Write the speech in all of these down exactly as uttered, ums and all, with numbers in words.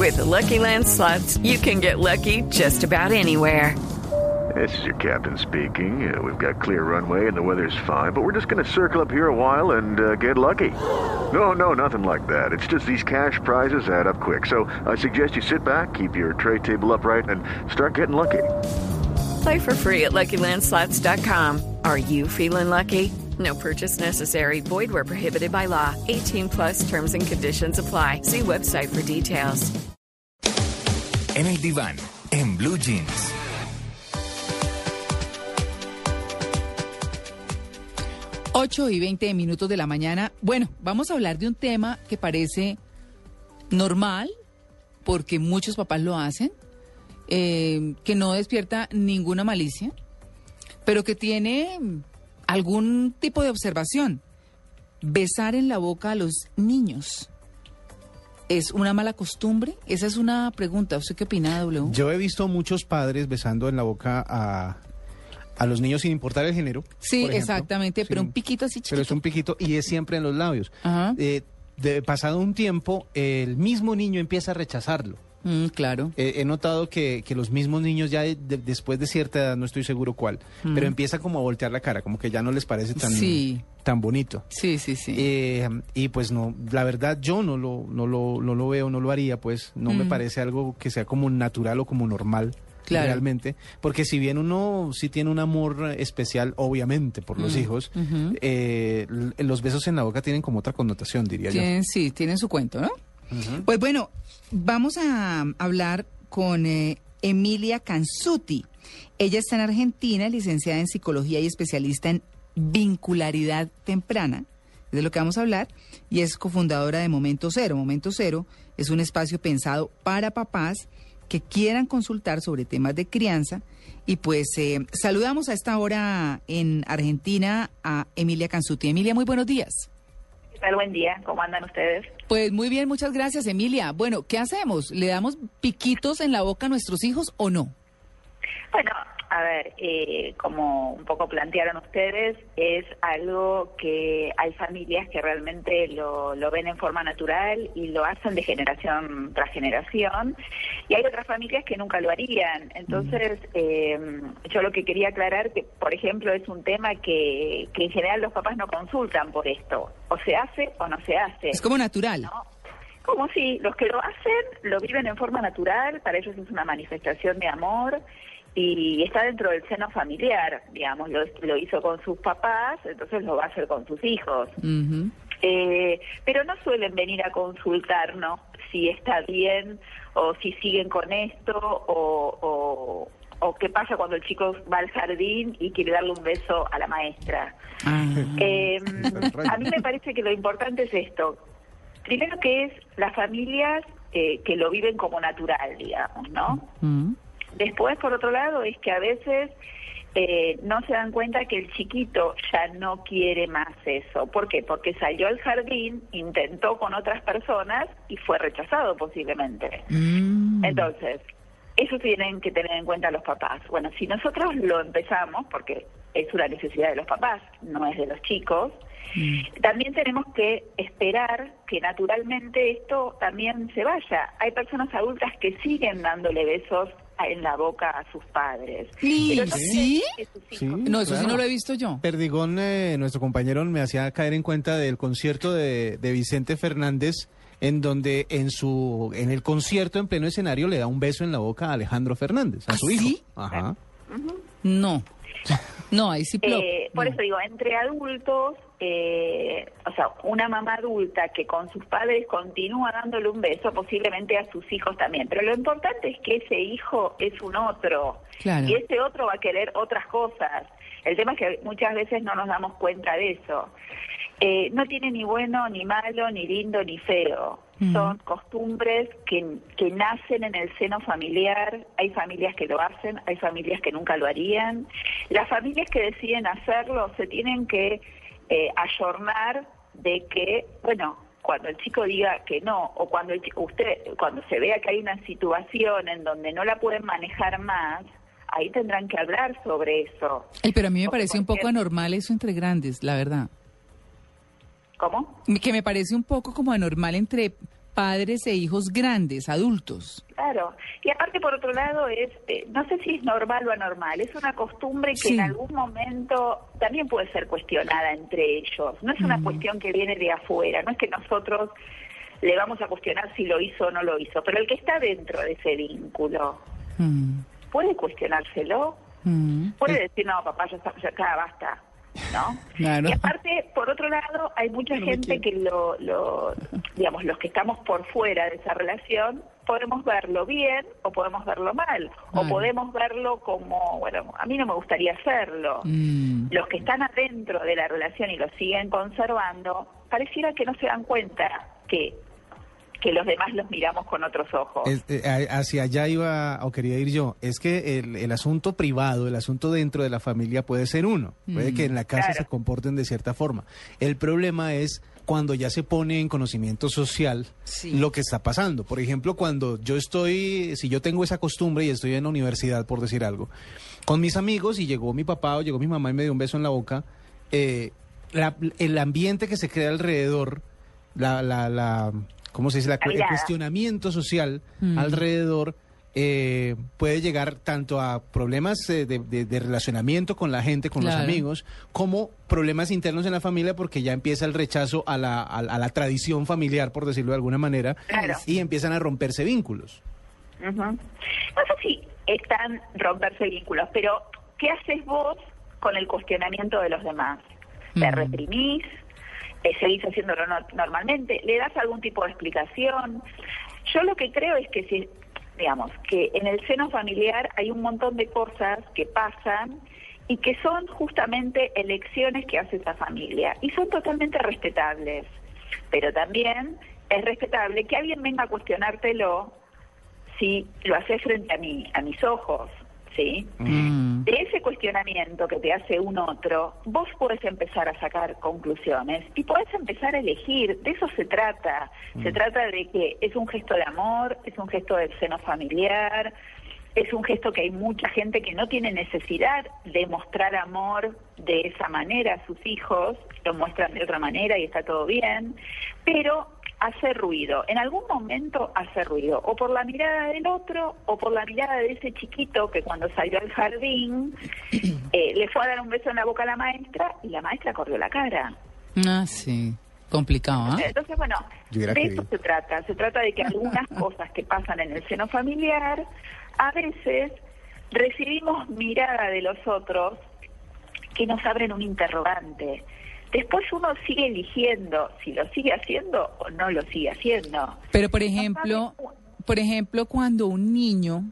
With the Lucky Land Slots, you can get lucky just about anywhere. This is your captain speaking. Uh, we've got clear runway and the weather's fine, but we're just going to circle up here a while and uh, get lucky. No, no, nothing like that. It's just these cash prizes add up quick. So I suggest you sit back, keep your tray table upright, and start getting lucky. Play for free at Lucky Land Slots dot com. Are you feeling lucky? No purchase necessary. Void where prohibited by law. eighteen plus terms and conditions apply. See website for details. En el diván, en Blue Jeans. ocho y veinte minutos de la mañana. Bueno, vamos a hablar de un tema que parece normal, porque muchos papás lo hacen, eh, que no despierta ninguna malicia, pero que tiene algún tipo de observación. Besar en la boca a los niños. ¿Es una mala costumbre? Esa es una pregunta. ¿Usted qué opina, W? Yo he visto muchos padres besando en la boca a... a los niños sin importar el género. Sí, exactamente, pero sí, un piquito así chiquito. Pero es un piquito y es siempre en los labios. Ajá. Eh, de, pasado un tiempo, el mismo niño empieza a rechazarlo. Mm, claro. Eh, he notado que, que los mismos niños ya de, de, después de cierta edad, no estoy seguro cuál, mm. pero empieza como a voltear la cara, como que ya no les parece tan, sí. tan bonito. Sí, sí, sí. Eh, y pues no, la verdad yo no lo, no lo, no lo veo, no lo haría, pues no mm. me parece algo que sea como natural o como normal. Claro. Realmente, porque si bien uno sí tiene un amor especial, obviamente, por los mm, hijos, uh-huh. eh, los besos en la boca tienen como otra connotación, diría tienen, yo. Sí, tienen su cuento, ¿no? Uh-huh. Pues bueno, vamos a hablar con eh, Emilia Canzuti. Ella está en Argentina, licenciada en Psicología y especialista en vincularidad temprana, es de lo que vamos a hablar, y es cofundadora de Momento Cero. Momento Cero es un espacio pensado para papás que quieran consultar sobre temas de crianza. Y pues eh, saludamos a esta hora en Argentina a Emilia Canzuti. Emilia, muy buenos días. ¿Qué tal? Buen día. ¿Cómo andan ustedes? Pues muy bien, muchas gracias, Emilia. Bueno, ¿qué hacemos? ¿Le damos piquitos en la boca a nuestros hijos o no? Bueno, a ver, eh, como un poco plantearon ustedes, es algo que hay familias que realmente lo, lo ven en forma natural y lo hacen de generación tras generación, y hay otras familias que nunca lo harían. Entonces, eh, yo lo que quería aclarar que, por ejemplo, es un tema que, que en general los papás no consultan por esto, o se hace o no se hace. Es como natural. ¿No? Como si los que lo hacen lo viven en forma natural, para ellos es una manifestación de amor, y está dentro del seno familiar, digamos, lo, lo hizo con sus papás, entonces lo va a hacer con sus hijos. Uh-huh. Eh, pero no suelen venir a consultarnos si está bien o si siguen con esto o, o, o qué pasa cuando el chico va al jardín y quiere darle un beso a la maestra. Uh-huh. Eh, a mí me parece que lo importante es esto. Primero que es las familias eh, que lo viven como natural, digamos, ¿no? Uh-huh. Después, por otro lado, es que a veces eh, no se dan cuenta que el chiquito ya no quiere más eso. ¿Por qué? Porque salió al jardín, intentó con otras personas y fue rechazado posiblemente. Mm. Entonces, eso tienen que tener en cuenta los papás. Bueno, si nosotros lo empezamos, porque es una necesidad de los papás, no es de los chicos, mm. también tenemos que esperar que naturalmente esto también se vaya. Hay personas adultas que siguen dándole besos en la boca a sus padres. ¿Sí? Pero no ¿Sí? que sus hijos... Sí, no, eso claro. sí no lo he visto yo. Perdigón, eh, nuestro compañero, me hacía caer en cuenta del concierto de, de Vicente Fernández, en donde en su en el concierto, en pleno escenario, le da un beso en la boca a Alejandro Fernández, a ¿Ah, su hijo. sí? Ajá. Uh-huh. No. No, ahí sí plop. Eh, por no. eso digo, entre adultos, eh, o sea, una mamá adulta que con sus padres continúa dándole un beso, posiblemente a sus hijos también. Pero lo importante es que ese hijo es un otro. Claro. Y ese otro va a querer otras cosas. El tema es que muchas veces no nos damos cuenta de eso. Eh, no tiene ni bueno, ni malo, ni lindo, ni feo. Uh-huh. Son costumbres que, que nacen en el seno familiar. Hay familias que lo hacen, hay familias que nunca lo harían. Las familias que deciden hacerlo se tienen que eh, ayornar de que, bueno, cuando el chico diga que no, o cuando el chico, usted, cuando se vea que hay una situación en donde no la pueden manejar más, ahí tendrán que hablar sobre eso. Ay, pero a mí me Porque parece un poco cualquier... anormal eso entre grandes, la verdad. ¿Cómo? Que me parece un poco como anormal entre padres e hijos grandes, adultos. Claro, y aparte por otro lado es, eh, no sé si es normal o anormal, es una costumbre que Sí. en algún momento también puede ser cuestionada entre ellos, no es una Mm. cuestión que viene de afuera, no es que nosotros le vamos a cuestionar si lo hizo o no lo hizo, pero el que está dentro de ese vínculo, Mm. ¿puede cuestionárselo? Mm. Puede decir, no, papá, ya está, ya acá, basta, ¿no? Claro. Y aparte, por otro lado, hay mucha No me gente que lo, lo, digamos, los que estamos por fuera de esa relación, podemos verlo bien o podemos verlo mal, o Claro. podemos verlo como, bueno, a mí no me gustaría hacerlo. Mm. Los que están adentro de la relación y lo siguen conservando, pareciera que no se dan cuenta que que los demás los miramos con otros ojos. Es- eh, a- hacia allá iba o quería ir yo. Es que el, el asunto privado, el asunto dentro de la familia puede ser uno. Puede Mm, que en la casa claro. se comporten de cierta forma. El problema es cuando ya se pone en conocimiento social Sí. lo que está pasando. Por ejemplo, cuando yo estoy, si yo tengo esa costumbre y estoy en la universidad, por decir algo, con mis amigos y llegó mi papá o llegó mi mamá y me dio un beso en la boca, eh, la- el ambiente que se crea alrededor, la, la, la ¿cómo se dice? La, La el mirada. cuestionamiento social Mm. alrededor eh, puede llegar tanto a problemas eh, de, de- de relacionamiento con la gente, con Claro. los amigos, como problemas internos en la familia, porque ya empieza el rechazo a la, a, a la tradición familiar, por decirlo de alguna manera, Claro. y empiezan a romperse vínculos. Ujú. No sé si están romperse vínculos, pero ¿qué haces vos con el cuestionamiento de los demás? ¿Te Mm. reprimís? Eh, ¿Seguís haciéndolo no- normalmente? ¿Le das algún tipo de explicación? Yo lo que creo es que si, digamos, que en el seno familiar hay un montón de cosas que pasan y que son justamente elecciones que hace esa familia y son totalmente respetables. Pero también es respetable que alguien venga a cuestionártelo si lo haces frente a mí, a mis ojos, ¿sí? Mm. De ese cuestionamiento que te hace un otro, vos podés empezar a sacar conclusiones y podés empezar a elegir. De eso se trata. Se trata de que es un gesto de amor, es un gesto del seno familiar, es un gesto que hay mucha gente que no tiene necesidad de mostrar amor de esa manera a sus hijos, lo muestran de otra manera y está todo bien, pero hace ruido, en algún momento hace ruido, o por la mirada del otro, o por la mirada de ese chiquito que cuando salió al jardín eh, le fue a dar un beso en la boca a la maestra y la maestra corrió la cara. Ah, sí. Complicado, ¿ah? Entonces, bueno, Yo hubiera de querido. eso se trata. Se trata de que algunas cosas que pasan en el seno familiar, a veces recibimos mirada de los otros que nos abren un interrogante. Después uno sigue eligiendo si lo sigue haciendo o no lo sigue haciendo. Pero, por ejemplo, por ejemplo, cuando un niño,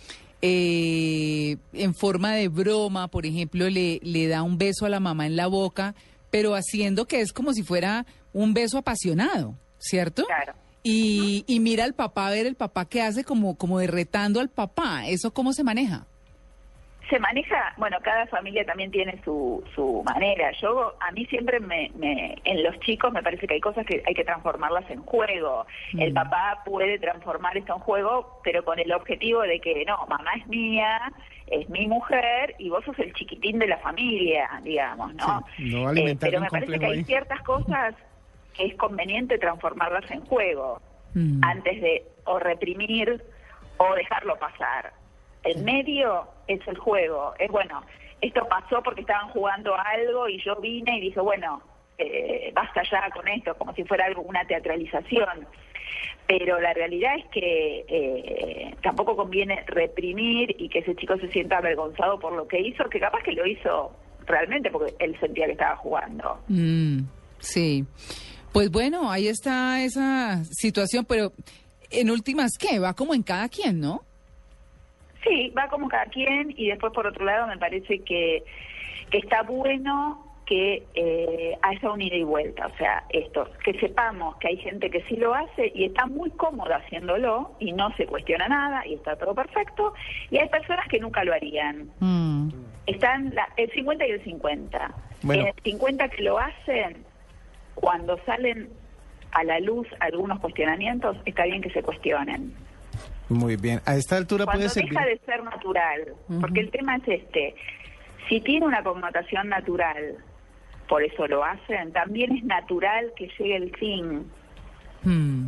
eh, en forma de broma, por ejemplo, le, le da un beso a la mamá en la boca, pero haciendo que es como si fuera un beso apasionado, ¿cierto? Claro. Y, y mira al papá, a ver el papá que hace como, como de retando al papá. ¿Eso cómo se maneja? Se maneja, bueno, cada familia también tiene su, su manera. Yo, a mí siempre me, me, en los chicos me parece que hay cosas que hay que transformarlas en juego. El Mm. papá puede transformar esto en juego, pero con el objetivo de que, no, mamá es mía, es mi mujer y vos sos el chiquitín de la familia, digamos, ¿no? Sí, no Eh, alimentar pero un me parece que complejo hay ahí. ciertas cosas que es conveniente transformarlas en juego Mm. antes de o reprimir o dejarlo pasar. El medio es el juego, es bueno, esto pasó porque estaban jugando algo y yo vine y dije, bueno, eh, basta ya con esto, como si fuera algo, una teatralización. Pero la realidad es que eh, tampoco conviene reprimir y que ese chico se sienta avergonzado por lo que hizo, que capaz que lo hizo realmente porque él sentía que estaba jugando. Mm, sí. Pues bueno, ahí está esa situación, pero en últimas, ¿qué? Va como en cada quien, ¿no? Sí, va como cada quien y después por otro lado me parece que, que está bueno que eh, haya un ida y vuelta, o sea, esto, que sepamos que hay gente que sí lo hace y está muy cómoda haciéndolo y no se cuestiona nada y está todo perfecto, y hay personas que nunca lo harían. Mm. Están la- el cincuenta y el cincuenta. Bueno. En el cincuenta que lo hacen, cuando salen a la luz algunos cuestionamientos, está bien que se cuestionen. Muy bien. A esta altura Cuando puede servir. deja de ser natural, Ujú. porque el tema es este, si tiene una connotación natural, por eso lo hacen, también es natural que llegue el fin. Mm.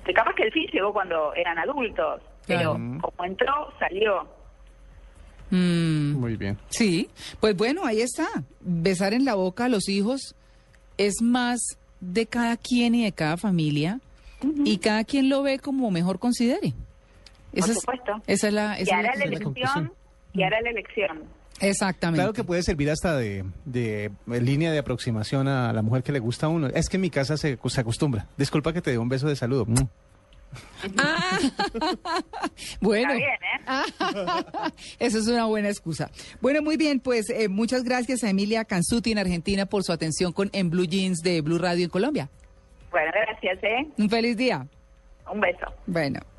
Que capaz que el fin llegó cuando eran adultos, pero Claro. como entró, salió. Mm, Muy bien. sí, pues bueno, ahí está. Besar en la boca a los hijos es más de cada quien y de cada familia, y cada quien lo ve como mejor considere. Esa es- supuesto. esa es la... Y esa es hará la- la es la conclusión. elección, y hará la elección. Exactamente. Claro que puede servir hasta de, de línea de aproximación a la mujer que le gusta a uno. Es que en mi casa se, se acostumbra. Disculpa que te dé un beso de saludo. Mm. Ah, bueno, Está bien, ¿eh? esa es una buena excusa. Bueno, muy bien, pues eh, muchas gracias a Emilia Canzuti en Argentina por su atención con En Blue Jeans de Blue Radio en Colombia. Bueno, gracias, ¿eh? Un feliz día. Un beso. Bueno.